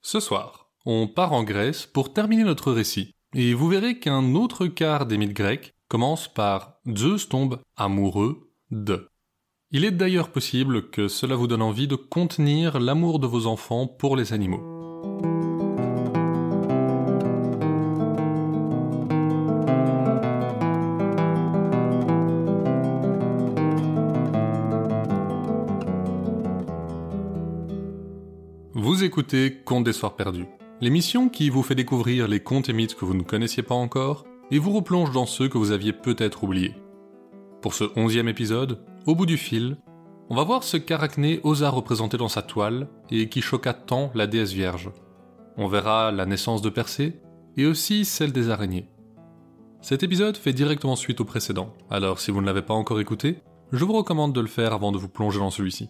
Ce soir, on part en Grèce pour terminer notre récit, et vous verrez qu'un autre quart des mythes grecs commence par Zeus tombe amoureux de. Il est d'ailleurs possible que cela vous donne envie de contenir l'amour de vos enfants pour les animaux. Vous écoutez Contes des Soirs Perdus, l'émission qui vous fait découvrir les contes et mythes que vous ne connaissiez pas encore et vous replonge dans ceux que vous aviez peut-être oubliés. Pour ce 11e épisode, au bout du fil, on va voir ce qu'Arachné osa représenter dans sa toile et qui choqua tant la déesse vierge. On verra la naissance de Persée et aussi celle des araignées. Cet épisode fait directement suite au précédent, alors si vous ne l'avez pas encore écouté, je vous recommande de le faire avant de vous plonger dans celui-ci.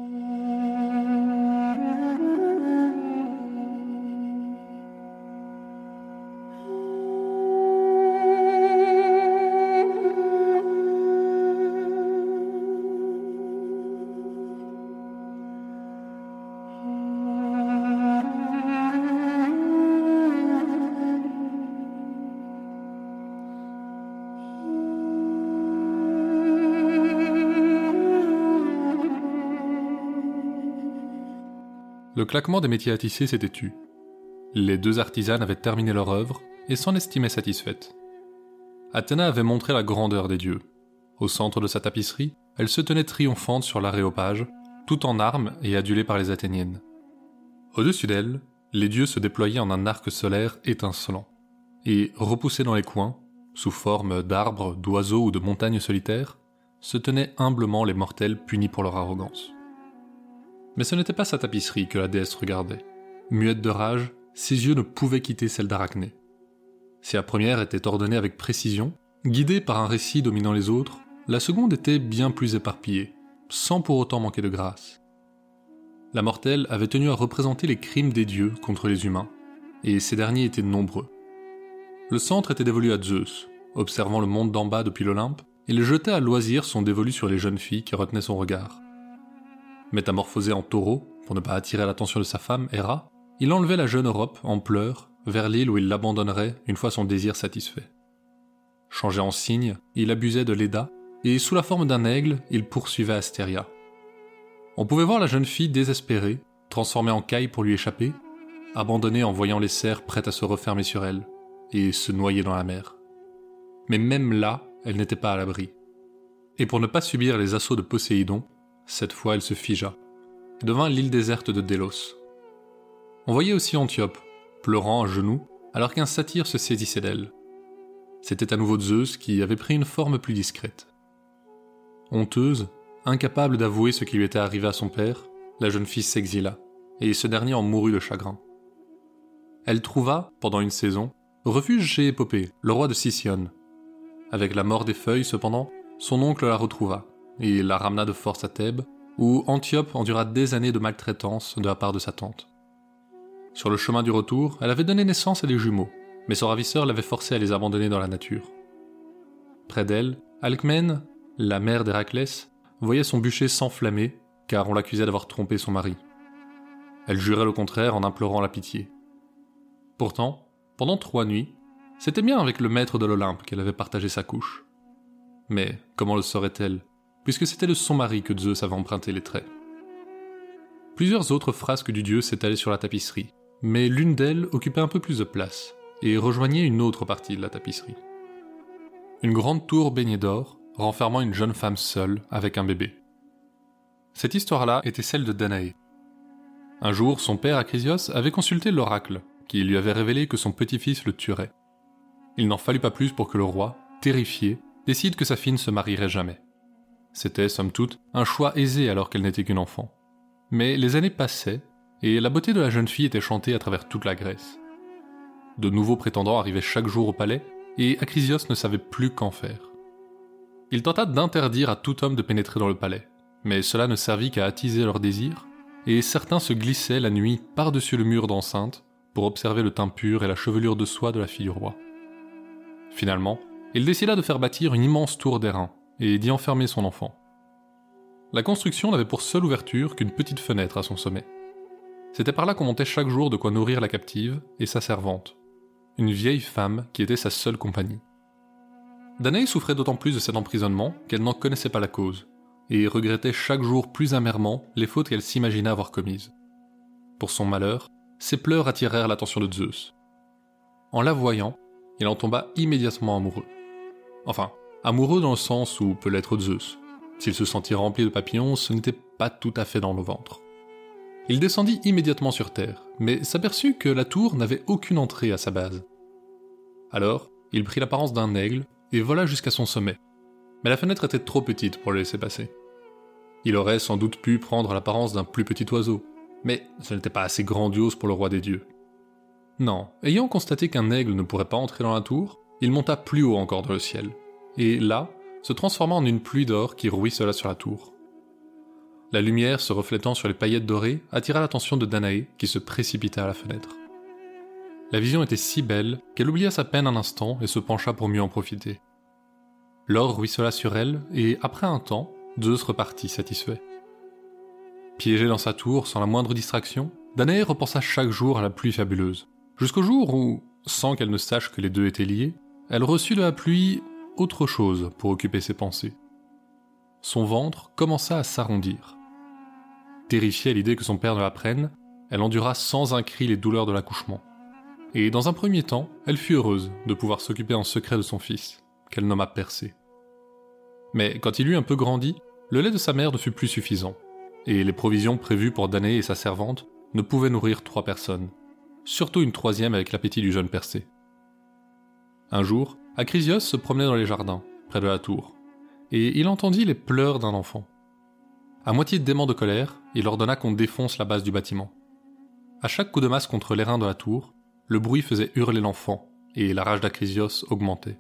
Le claquement des métiers à tisser s'était tu. Les deux artisanes avaient terminé leur œuvre et s'en estimaient satisfaites. Athéna avait montré la grandeur des dieux. Au centre de sa tapisserie, elle se tenait triomphante sur l'aréopage, tout en armes et adulée par les Athéniennes. Au-dessus d'elle, les dieux se déployaient en un arc solaire étincelant. Et, repoussés dans les coins, sous forme d'arbres, d'oiseaux ou de montagnes solitaires, se tenaient humblement les mortels punis pour leur arrogance. Mais ce n'était pas sa tapisserie que la déesse regardait. Muette de rage, ses yeux ne pouvaient quitter celle d'Arachné. Si la première était ordonnée avec précision, guidée par un récit dominant les autres, la seconde était bien plus éparpillée, sans pour autant manquer de grâce. La mortelle avait tenu à représenter les crimes des dieux contre les humains, et ces derniers étaient nombreux. Le centre était dévolu à Zeus, observant le monde d'en bas depuis l'Olympe, et le jetait à loisir son dévolu sur les jeunes filles qui retenaient son regard. Métamorphosé en taureau, pour ne pas attirer l'attention de sa femme, Héra, il enlevait la jeune Europe, en pleurs, vers l'île où il l'abandonnerait une fois son désir satisfait. Changé en cygne, il abusait de Léda, et sous la forme d'un aigle, il poursuivait Astéria. On pouvait voir la jeune fille désespérée, transformée en caille pour lui échapper, abandonnée en voyant les cerfs prêtes à se refermer sur elle, et se noyer dans la mer. Mais même là, elle n'était pas à l'abri. Et pour ne pas subir les assauts de Poséidon, cette fois elle se figea, et devint l'île déserte de Délos. On voyait aussi Antiope, pleurant à genoux, alors qu'un satyre se saisissait d'elle. C'était à nouveau Zeus qui avait pris une forme plus discrète. Honteuse, incapable d'avouer ce qui lui était arrivé à son père, la jeune fille s'exila, et ce dernier en mourut de chagrin. Elle trouva, pendant une saison, refuge chez Épopée, le roi de Sicyone. Avec la mort des feuilles, cependant, son oncle la retrouva, et la ramena de force à Thèbes, où Antiope endura des années de maltraitance de la part de sa tante. Sur le chemin du retour, elle avait donné naissance à des jumeaux, mais son ravisseur l'avait forcée à les abandonner dans la nature. Près d'elle, Alcmène, la mère d'Héraclès, voyait son bûcher s'enflammer, car on l'accusait d'avoir trompé son mari. Elle jurait le contraire en implorant la pitié. Pourtant, pendant 3 nuits, c'était bien avec le maître de l'Olympe qu'elle avait partagé sa couche. Mais comment le saurait-elle, puisque c'était de son mari que Zeus avait emprunté les traits. Plusieurs autres frasques du dieu s'étalaient sur la tapisserie, mais l'une d'elles occupait un peu plus de place, et rejoignait une autre partie de la tapisserie. Une grande tour baignée d'or, renfermant une jeune femme seule, avec un bébé. Cette histoire-là était celle de Danaé. Un jour, son père Acrisios avait consulté l'oracle, qui lui avait révélé que son petit-fils le tuerait. Il n'en fallut pas plus pour que le roi, terrifié, décide que sa fille ne se marierait jamais. C'était, somme toute, un choix aisé alors qu'elle n'était qu'une enfant. Mais les années passaient, et la beauté de la jeune fille était chantée à travers toute la Grèce. De nouveaux prétendants arrivaient chaque jour au palais, et Acrisios ne savait plus qu'en faire. Il tenta d'interdire à tout homme de pénétrer dans le palais, mais cela ne servit qu'à attiser leurs désirs, et certains se glissaient la nuit par-dessus le mur d'enceinte pour observer le teint pur et la chevelure de soie de la fille du roi. Finalement, il décida de faire bâtir une immense tour d'airain, et d'y enfermer son enfant. La construction n'avait pour seule ouverture qu'une petite fenêtre à son sommet. C'était par là qu'on montait chaque jour de quoi nourrir la captive et sa servante, une vieille femme qui était sa seule compagnie. Danae souffrait d'autant plus de cet emprisonnement qu'elle n'en connaissait pas la cause, et regrettait chaque jour plus amèrement les fautes qu'elle s'imaginait avoir commises. Pour son malheur, ses pleurs attirèrent l'attention de Zeus. En la voyant, il en tomba immédiatement amoureux. Enfin, amoureux dans le sens où peut l'être Zeus. S'il se sentit rempli de papillons, ce n'était pas tout à fait dans le ventre. Il descendit immédiatement sur terre, mais s'aperçut que la tour n'avait aucune entrée à sa base. Alors, il prit l'apparence d'un aigle et vola jusqu'à son sommet. Mais la fenêtre était trop petite pour le laisser passer. Il aurait sans doute pu prendre l'apparence d'un plus petit oiseau, mais ce n'était pas assez grandiose pour le roi des dieux. Non, ayant constaté qu'un aigle ne pourrait pas entrer dans la tour, il monta plus haut encore dans le ciel, et là, se transforma en une pluie d'or qui ruissela sur la tour. La lumière se reflétant sur les paillettes dorées attira l'attention de Danaé qui se précipita à la fenêtre. La vision était si belle qu'elle oublia sa peine un instant et se pencha pour mieux en profiter. L'or ruissela sur elle et, après un temps, Zeus repartit satisfait. Piégée dans sa tour sans la moindre distraction, Danaé repensa chaque jour à la pluie fabuleuse, jusqu'au jour où, sans qu'elle ne sache que les deux étaient liés, elle reçut de la pluie autre chose pour occuper ses pensées. Son ventre commença à s'arrondir. Terrifiée à l'idée que son père ne l'apprenne, elle endura sans un cri les douleurs de l'accouchement. Et dans un premier temps, elle fut heureuse de pouvoir s'occuper en secret de son fils, qu'elle nomma Persée. Mais quand il eut un peu grandi, le lait de sa mère ne fut plus suffisant, et les provisions prévues pour Danaé et sa servante ne pouvaient nourrir 3 personnes, surtout une 3e avec l'appétit du jeune Persée. Un jour, Acrisios se promenait dans les jardins, près de la tour, et il entendit les pleurs d'un enfant. À moitié dément de colère, il ordonna qu'on défonce la base du bâtiment. À chaque coup de masse contre l'airain de la tour, le bruit faisait hurler l'enfant, et la rage d'Acrisios augmentait.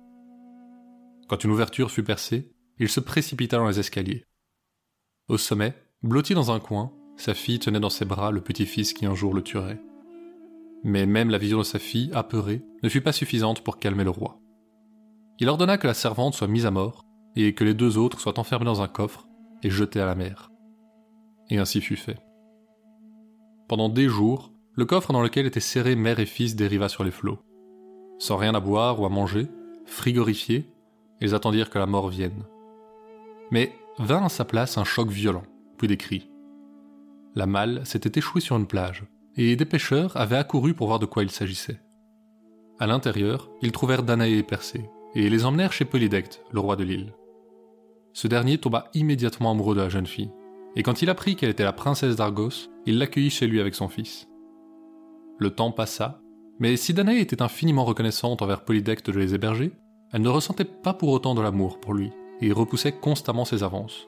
Quand une ouverture fut percée, il se précipita dans les escaliers. Au sommet, blotti dans un coin, sa fille tenait dans ses bras le petit-fils qui un jour le tuerait. Mais même la vision de sa fille, apeurée, ne fut pas suffisante pour calmer le roi. Il ordonna que la servante soit mise à mort, et que les 2 autres soient enfermés dans un coffre et jetés à la mer. Et ainsi fut fait. Pendant des jours, le coffre dans lequel étaient serrés mère et fils dériva sur les flots. Sans rien à boire ou à manger, frigorifiés, ils attendirent que la mort vienne. Mais vint à sa place un choc violent, puis des cris. La malle s'était échouée sur une plage, et des pêcheurs avaient accouru pour voir de quoi il s'agissait. À l'intérieur, ils trouvèrent Danaé et Persée, et les emmenèrent chez Polydecte, le roi de l'île. Ce dernier tomba immédiatement amoureux de la jeune fille, et quand il apprit qu'elle était la princesse d'Argos, il l'accueillit chez lui avec son fils. Le temps passa, mais si Danaé était infiniment reconnaissante envers Polydecte de les héberger, elle ne ressentait pas pour autant de l'amour pour lui, et repoussait constamment ses avances.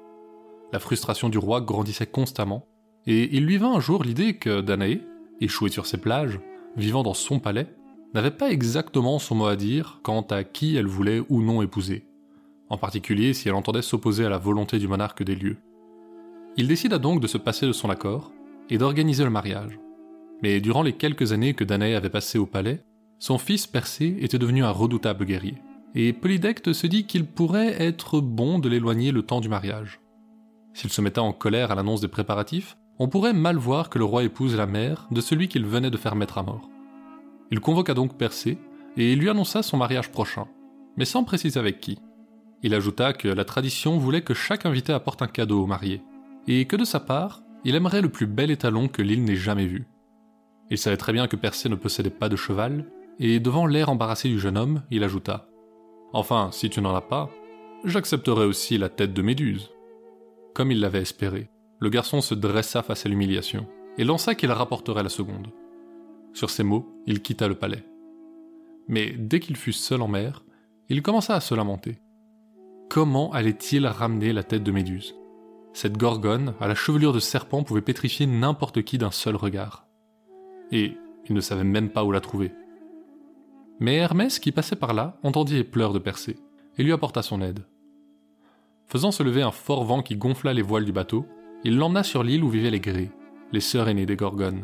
La frustration du roi grandissait constamment, et il lui vint un jour l'idée que Danaé, échouée sur ses plages, vivant dans son palais, n'avait pas exactement son mot à dire quant à qui elle voulait ou non épouser, en particulier si elle entendait s'opposer à la volonté du monarque des lieux. Il décida donc de se passer de son accord et d'organiser le mariage. Mais durant les quelques années que Danaé avait passées au palais, son fils Persée était devenu un redoutable guerrier, et Polydecte se dit qu'il pourrait être bon de l'éloigner le temps du mariage. S'il se mettait en colère à l'annonce des préparatifs, on pourrait mal voir que le roi épouse la mère de celui qu'il venait de faire mettre à mort. Il convoqua donc Persée et lui annonça son mariage prochain, mais sans préciser avec qui. Il ajouta que la tradition voulait que chaque invité apporte un cadeau au marié, et que de sa part, il aimerait le plus bel étalon que l'île n'ait jamais vu. Il savait très bien que Persée ne possédait pas de cheval, et devant l'air embarrassé du jeune homme, il ajouta « Enfin, si tu n'en as pas, j'accepterai aussi la tête de Méduse. » Comme il l'avait espéré, le garçon se dressa face à l'humiliation, et lança qu'il rapporterait la seconde. Sur ces mots, il quitta le palais. Mais dès qu'il fut seul en mer, il commença à se lamenter. Comment allait-il ramener la tête de Méduse ? Cette gorgone, à la chevelure de serpent, pouvait pétrifier n'importe qui d'un seul regard. Et il ne savait même pas où la trouver. Mais Hermès, qui passait par là, entendit les pleurs de Persée, et lui apporta son aide. Faisant se lever un fort vent qui gonfla les voiles du bateau, il l'emmena sur l'île où vivaient les Grées, les sœurs aînées des Gorgones.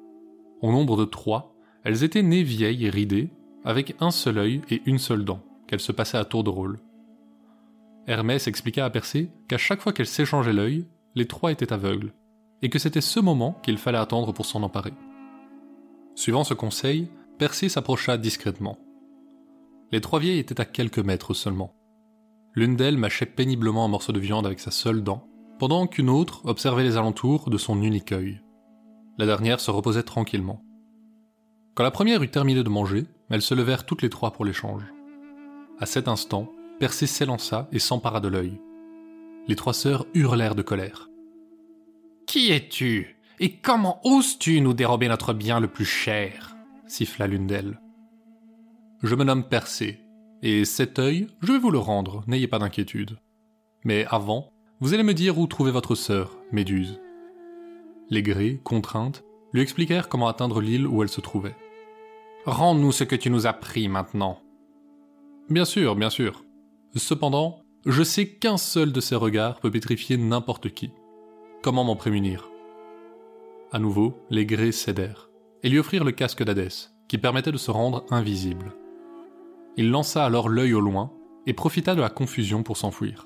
Au nombre de 3, elles étaient nées vieilles et ridées, avec un seul œil et une seule dent, qu'elles se passaient à tour de rôle. Hermès expliqua à Persée qu'à chaque fois qu'elles s'échangeaient l'œil, les 3 étaient aveugles, et que c'était ce moment qu'il fallait attendre pour s'en emparer. Suivant ce conseil, Persée s'approcha discrètement. Les 3 vieilles étaient à quelques mètres seulement. L'une d'elles mâchait péniblement un morceau de viande avec sa seule dent, pendant qu'une autre observait les alentours de son unique œil. La dernière se reposait tranquillement. Quand la première eut terminé de manger, elles se levèrent toutes les 3 pour l'échange. À cet instant, Persée s'élança et s'empara de l'œil. Les 3 sœurs hurlèrent de colère. « Qui es-tu ? Et comment oses-tu nous dérober notre bien le plus cher ?» siffla l'une d'elles. « Je me nomme Persée, et cet œil, je vais vous le rendre, n'ayez pas d'inquiétude. Mais avant, vous allez me dire où trouver votre sœur, Méduse. » Les Grées, contraintes, lui expliquèrent comment atteindre l'île où elle se trouvait. « Rends-nous ce que tu nous as pris maintenant. »« Bien sûr, bien sûr. Cependant, je sais qu'un seul de ces regards peut pétrifier n'importe qui. Comment m'en prémunir ?» À nouveau, les Grées cédèrent, et lui offrirent le casque d'Hadès, qui permettait de se rendre invisible. Il lança alors l'œil au loin, et profita de la confusion pour s'enfuir.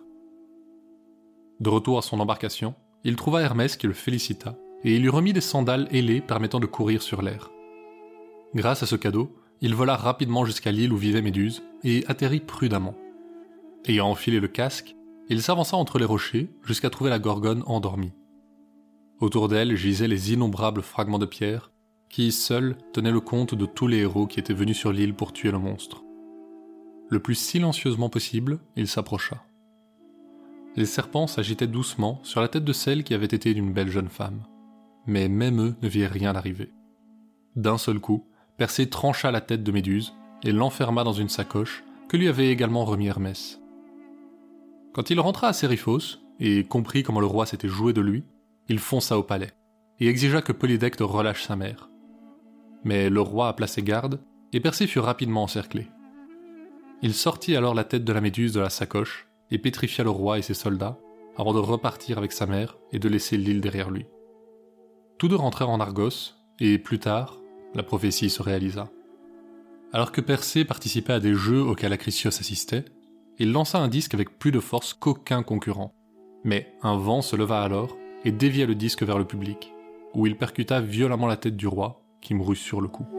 De retour à son embarcation, il trouva Hermès qui le félicita, et il lui remit des sandales ailées permettant de courir sur l'air. Grâce à ce cadeau, il vola rapidement jusqu'à l'île où vivait Méduse, et atterrit prudemment. Ayant enfilé le casque, il s'avança entre les rochers jusqu'à trouver la Gorgone endormie. Autour d'elle gisaient les innombrables fragments de pierre qui, seuls, tenaient le compte de tous les héros qui étaient venus sur l'île pour tuer le monstre. Le plus silencieusement possible, il s'approcha. Les serpents s'agitaient doucement sur la tête de celle qui avait été d'une belle jeune femme. Mais même eux ne virent rien arriver. D'un seul coup, Persée trancha la tête de Méduse et l'enferma dans une sacoche que lui avait également remis Hermès. Quand il rentra à Séryphos et comprit comment le roi s'était joué de lui, il fonça au palais et exigea que Polydecte relâche sa mère. Mais le roi a placé garde et Persée fut rapidement encerclé. Il sortit alors la tête de la Méduse de la sacoche et pétrifia le roi et ses soldats avant de repartir avec sa mère et de laisser l'île derrière lui. Tous 2 rentrèrent en Argos et plus tard, la prophétie se réalisa. Alors que Persée participait à des jeux auxquels Acrisios assistait, il lança un disque avec plus de force qu'aucun concurrent. Mais un vent se leva alors et dévia le disque vers le public, où il percuta violemment la tête du roi, qui mourut sur le coup.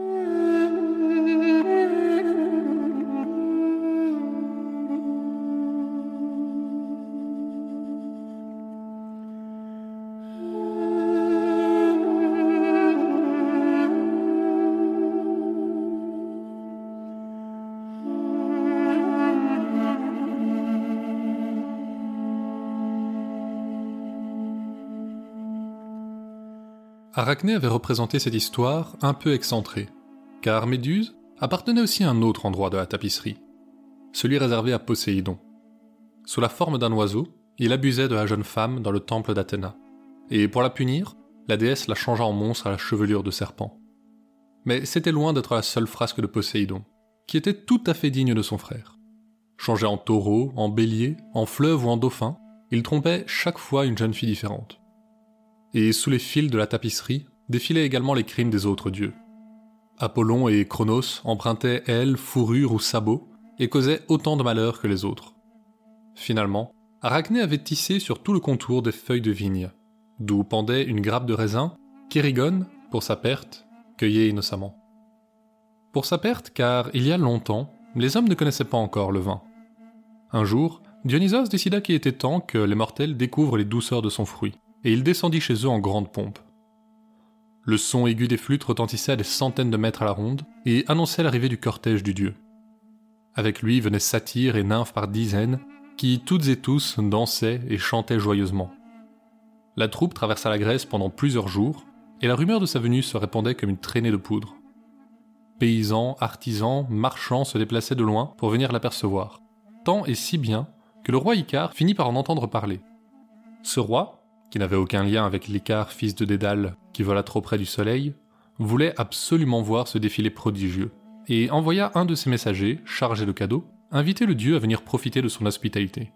Arachné avait représenté cette histoire un peu excentrée, car Méduse appartenait aussi à un autre endroit de la tapisserie, celui réservé à Poséidon. Sous la forme d'un oiseau, il abusait de la jeune femme dans le temple d'Athéna, et pour la punir, la déesse la changea en monstre à la chevelure de serpent. Mais c'était loin d'être la seule frasque de Poséidon, qui était tout à fait digne de son frère. Changé en taureau, en bélier, en fleuve ou en dauphin, il trompait chaque fois une jeune fille différente. Et sous les fils de la tapisserie défilaient également les crimes des autres dieux. Apollon et Cronos empruntaient ailes, fourrures ou sabots et causaient autant de malheur que les autres. Finalement, Arachné avait tissé sur tout le contour des feuilles de vigne, d'où pendait une grappe de raisin qu'Érigone, pour sa perte, cueillait innocemment. Pour sa perte, car il y a longtemps, les hommes ne connaissaient pas encore le vin. Un jour, Dionysos décida qu'il était temps que les mortels découvrent les douceurs de son fruit, et il descendit chez eux en grande pompe. Le son aigu des flûtes retentissait à des centaines de mètres à la ronde et annonçait l'arrivée du cortège du dieu. Avec lui venaient satyres et nymphes par dizaines, qui toutes et tous dansaient et chantaient joyeusement. La troupe traversa la Grèce pendant plusieurs jours, et la rumeur de sa venue se répandait comme une traînée de poudre. Paysans, artisans, marchands se déplaçaient de loin pour venir l'apercevoir, tant et si bien que le roi Icare finit par en entendre parler. Ce roi, qui n'avait aucun lien avec l'Icare, fils de Dédale, qui vola trop près du soleil, voulait absolument voir ce défilé prodigieux, et envoya un de ses messagers, chargé de cadeaux, inviter le dieu à venir profiter de son hospitalité.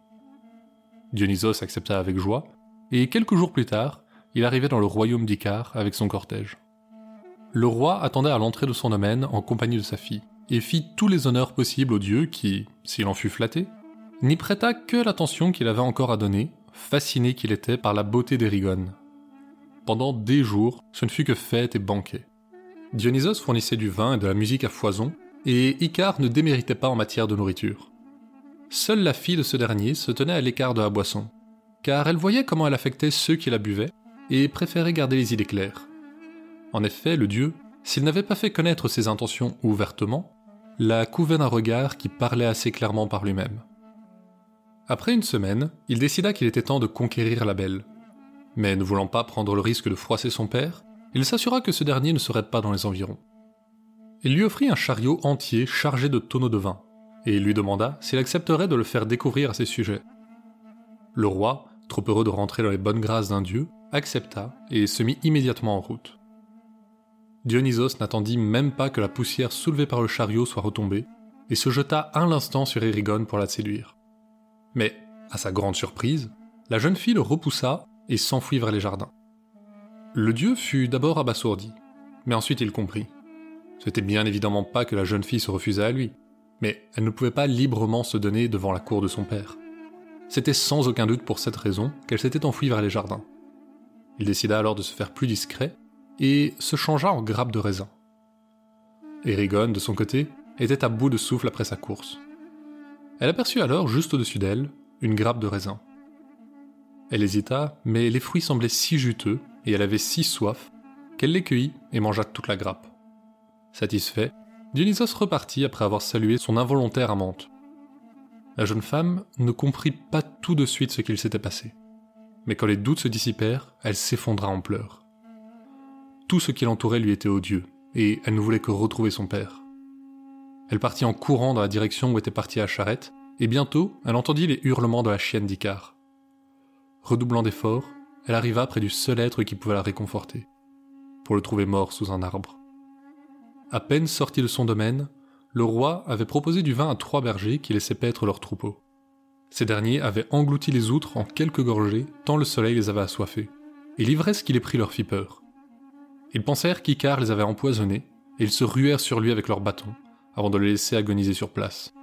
Dionysos accepta avec joie, et quelques jours plus tard, il arrivait dans le royaume d'Icare avec son cortège. Le roi attendait à l'entrée de son domaine en compagnie de sa fille, et fit tous les honneurs possibles au dieu qui, s'il en fut flatté, n'y prêta que l'attention qu'il avait encore à donner, fasciné qu'il était par la beauté d'Érigone. pendant des jours, ce ne fut que fête et banquet. Dionysos fournissait du vin et de la musique à foison, et Icare ne déméritait pas en matière de nourriture. Seule la fille de ce dernier se tenait à l'écart de la boisson, car elle voyait comment elle affectait ceux qui la buvaient, et préférait garder les idées claires. En effet, le dieu, s'il n'avait pas fait connaître ses intentions ouvertement, la couvait d'un regard qui parlait assez clairement par lui-même. Après une semaine, il décida qu'il était temps de conquérir la belle. Mais ne voulant pas prendre le risque de froisser son père, il s'assura que ce dernier ne serait pas dans les environs. Il lui offrit un chariot entier chargé de tonneaux de vin, et lui demanda s'il accepterait de le faire découvrir à ses sujets. Le roi, trop heureux de rentrer dans les bonnes grâces d'un dieu, accepta et se mit immédiatement en route. Dionysos n'attendit même pas que la poussière soulevée par le chariot soit retombée, et se jeta un instant sur Érigone pour la séduire. Mais, à sa grande surprise, la jeune fille le repoussa et s'enfuit vers les jardins. Le dieu fut d'abord abasourdi, mais ensuite il comprit. Ce n'était bien évidemment pas que la jeune fille se refusait à lui, mais elle ne pouvait pas librement se donner devant la cour de son père. C'était sans aucun doute pour cette raison qu'elle s'était enfuie vers les jardins. Il décida alors de se faire plus discret et se changea en grappe de raisin. Érigone, de son côté, était à bout de souffle après sa course. Elle aperçut alors, juste au-dessus d'elle, une grappe de raisin. Elle hésita, mais les fruits semblaient si juteux et elle avait si soif qu'elle les cueillit et mangea toute la grappe. Satisfait, Dionysos repartit après avoir salué son involontaire amante. La jeune femme ne comprit pas tout de suite ce qu'il s'était passé. Mais quand les doutes se dissipèrent, elle s'effondra en pleurs. Tout ce qui l'entourait lui était odieux, et elle ne voulait que retrouver son père. Elle partit en courant dans la direction où était partie la charrette, et bientôt elle entendit les hurlements de la chienne d'Icare. Redoublant d'efforts, elle arriva près du seul être qui pouvait la réconforter, pour le trouver mort sous un arbre. À peine sorti de son domaine, le roi avait proposé du vin à 3 bergers qui laissaient paître leurs troupeaux. Ces derniers avaient englouti les outres en quelques gorgées, tant le soleil les avait assoiffés, et l'ivresse qui les prit leur fit peur. Ils pensèrent qu'Icare les avait empoisonnés, et ils se ruèrent sur lui avec leurs bâtons, avant de le laisser agoniser sur place.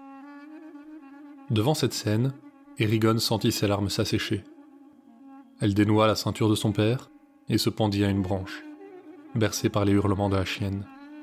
Devant cette scène, Érigone sentit ses larmes s'assécher. Elle dénoua la ceinture de son père, et se pendit à une branche, bercée par les hurlements de la chienne.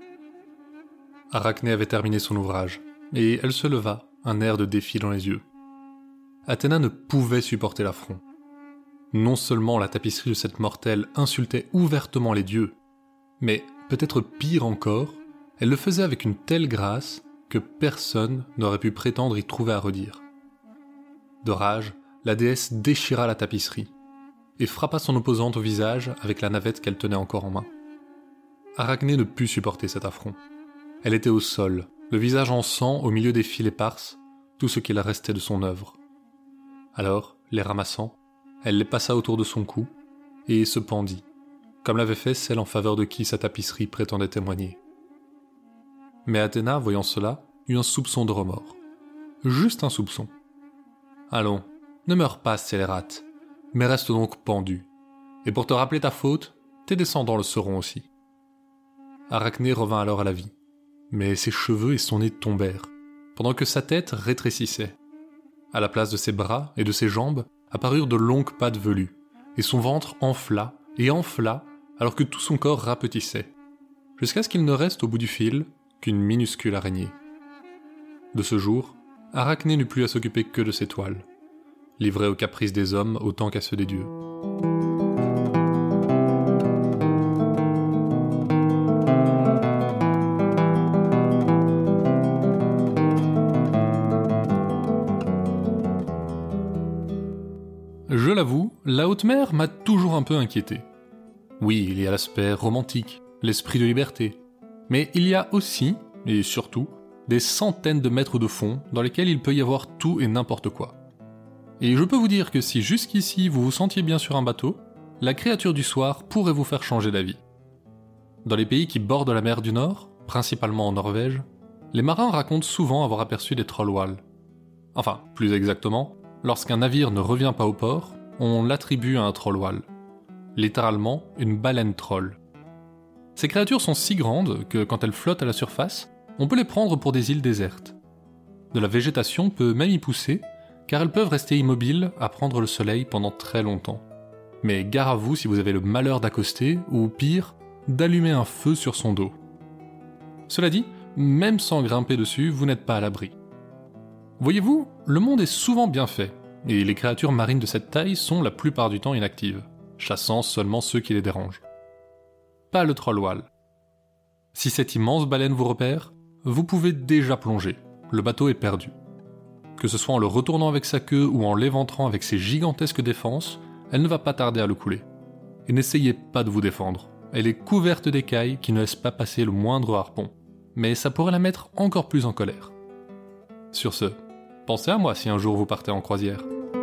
Arachné avait terminé son ouvrage, et elle se leva, un air de défi dans les yeux. Athéna ne pouvait supporter l'affront. Non seulement la tapisserie de cette mortelle insultait ouvertement les dieux, mais, peut-être pire encore, elle le faisait avec une telle grâce que personne n'aurait pu prétendre y trouver à redire. De rage, la déesse déchira la tapisserie, et frappa son opposante au visage avec la navette qu'elle tenait encore en main. Arachné ne put supporter cet affront. Elle était au sol, le visage en sang au milieu des fils éparses, tout ce qu'il restait de son œuvre. Alors, les ramassant, elle les passa autour de son cou, et se pendit, comme l'avait fait celle en faveur de qui sa tapisserie prétendait témoigner. Mais Athéna, voyant cela, eut un soupçon de remords. Juste un soupçon. « Allons, ne meurs pas, scélérate, mais reste donc pendu, et pour te rappeler ta faute, tes descendants le seront aussi. » Arachné revint alors à la vie, mais ses cheveux et son nez tombèrent, pendant que sa tête rétrécissait. À la place de ses bras et de ses jambes apparurent de longues pattes velues, et son ventre enfla et enfla alors que tout son corps rapetissait, jusqu'à ce qu'il ne reste au bout du fil qu'une minuscule araignée. De ce jour, Arachné n'eut plus à s'occuper que de ses toiles, livrée aux caprices des hommes autant qu'à ceux des dieux. Je l'avoue, la haute mer m'a toujours un peu inquiété. Oui, il y a l'aspect romantique, l'esprit de liberté, mais il y a aussi, et surtout, des centaines de mètres de fond dans lesquels il peut y avoir tout et n'importe quoi. Et je peux vous dire que si jusqu'ici vous vous sentiez bien sur un bateau, la créature du soir pourrait vous faire changer d'avis. Dans les pays qui bordent la mer du Nord, principalement en Norvège, les marins racontent souvent avoir aperçu des trollwalls. Enfin, plus exactement, lorsqu'un navire ne revient pas au port, on l'attribue à un trollwall. Littéralement, une baleine troll. Ces créatures sont si grandes que quand elles flottent à la surface, on peut les prendre pour des îles désertes. De la végétation peut même y pousser, car elles peuvent rester immobiles à prendre le soleil pendant très longtemps. mais gare à vous si vous avez le malheur d'accoster, ou pire, d'allumer un feu sur son dos. Cela dit, même sans grimper dessus, vous n'êtes pas à l'abri. Voyez-vous, le monde est souvent bien fait, et les créatures marines de cette taille sont la plupart du temps inactives, chassant seulement ceux qui les dérangent. Pas le troll whale. Si cette immense baleine vous repère, vous pouvez déjà plonger, le bateau est perdu. Que ce soit en le retournant avec sa queue ou en l'éventrant avec ses gigantesques défenses, elle ne va pas tarder à le couler. Et n'essayez pas de vous défendre, elle est couverte d'écailles qui ne laissent pas passer le moindre harpon, mais ça pourrait la mettre encore plus en colère. Sur ce, pensez à moi si un jour vous partez en croisière.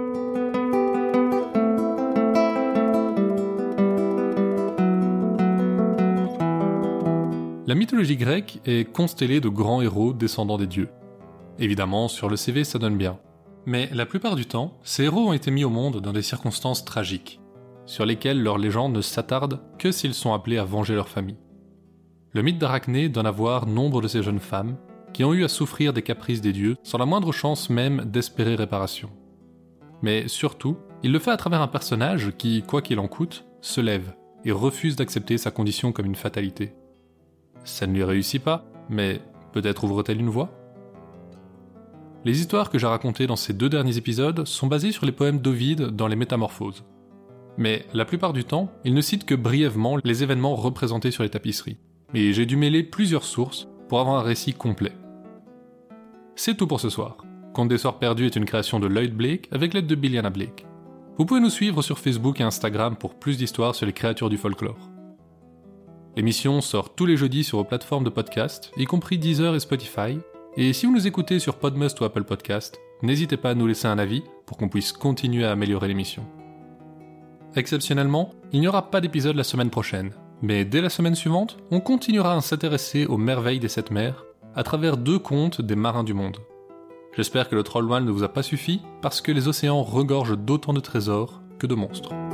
La mythologie grecque est constellée de grands héros descendants des dieux. Évidemment, sur le CV ça donne bien. Mais la plupart du temps, ces héros ont été mis au monde dans des circonstances tragiques, sur lesquelles leur légende ne s'attarde que s'ils sont appelés à venger leur famille. Le mythe d'Arachné donne à voir nombre de ces jeunes femmes qui ont eu à souffrir des caprices des dieux sans la moindre chance même d'espérer réparation. Mais surtout, il le fait à travers un personnage qui, quoi qu'il en coûte, se lève et refuse d'accepter sa condition comme une fatalité. Ça ne lui réussit pas, mais peut-être ouvre-t-elle une voie ? Les histoires que j'ai racontées dans ces 2 derniers épisodes sont basées sur les poèmes d'Ovide dans les Métamorphoses. Mais la plupart du temps, il ne cite que brièvement les événements représentés sur les tapisseries. Et j'ai dû mêler plusieurs sources pour avoir un récit complet. C'est tout pour ce soir. Conte des Soirs Perdus est une création de Lloyd Blake avec l'aide de Billiana Blake. Vous pouvez nous suivre sur Facebook et Instagram pour plus d'histoires sur les créatures du folklore. L'émission sort tous les jeudis sur vos plateformes de podcast, y compris Deezer et Spotify, et si vous nous écoutez sur Podmust ou Apple Podcast, n'hésitez pas à nous laisser un avis pour qu'on puisse continuer à améliorer l'émission. Exceptionnellement, il n'y aura pas d'épisode la semaine prochaine, mais dès la semaine suivante, on continuera à s'intéresser aux merveilles des 7 mers à travers 2 contes des marins du monde. J'espère que le troll whale ne vous a pas suffi, parce que les océans regorgent d'autant de trésors que de monstres.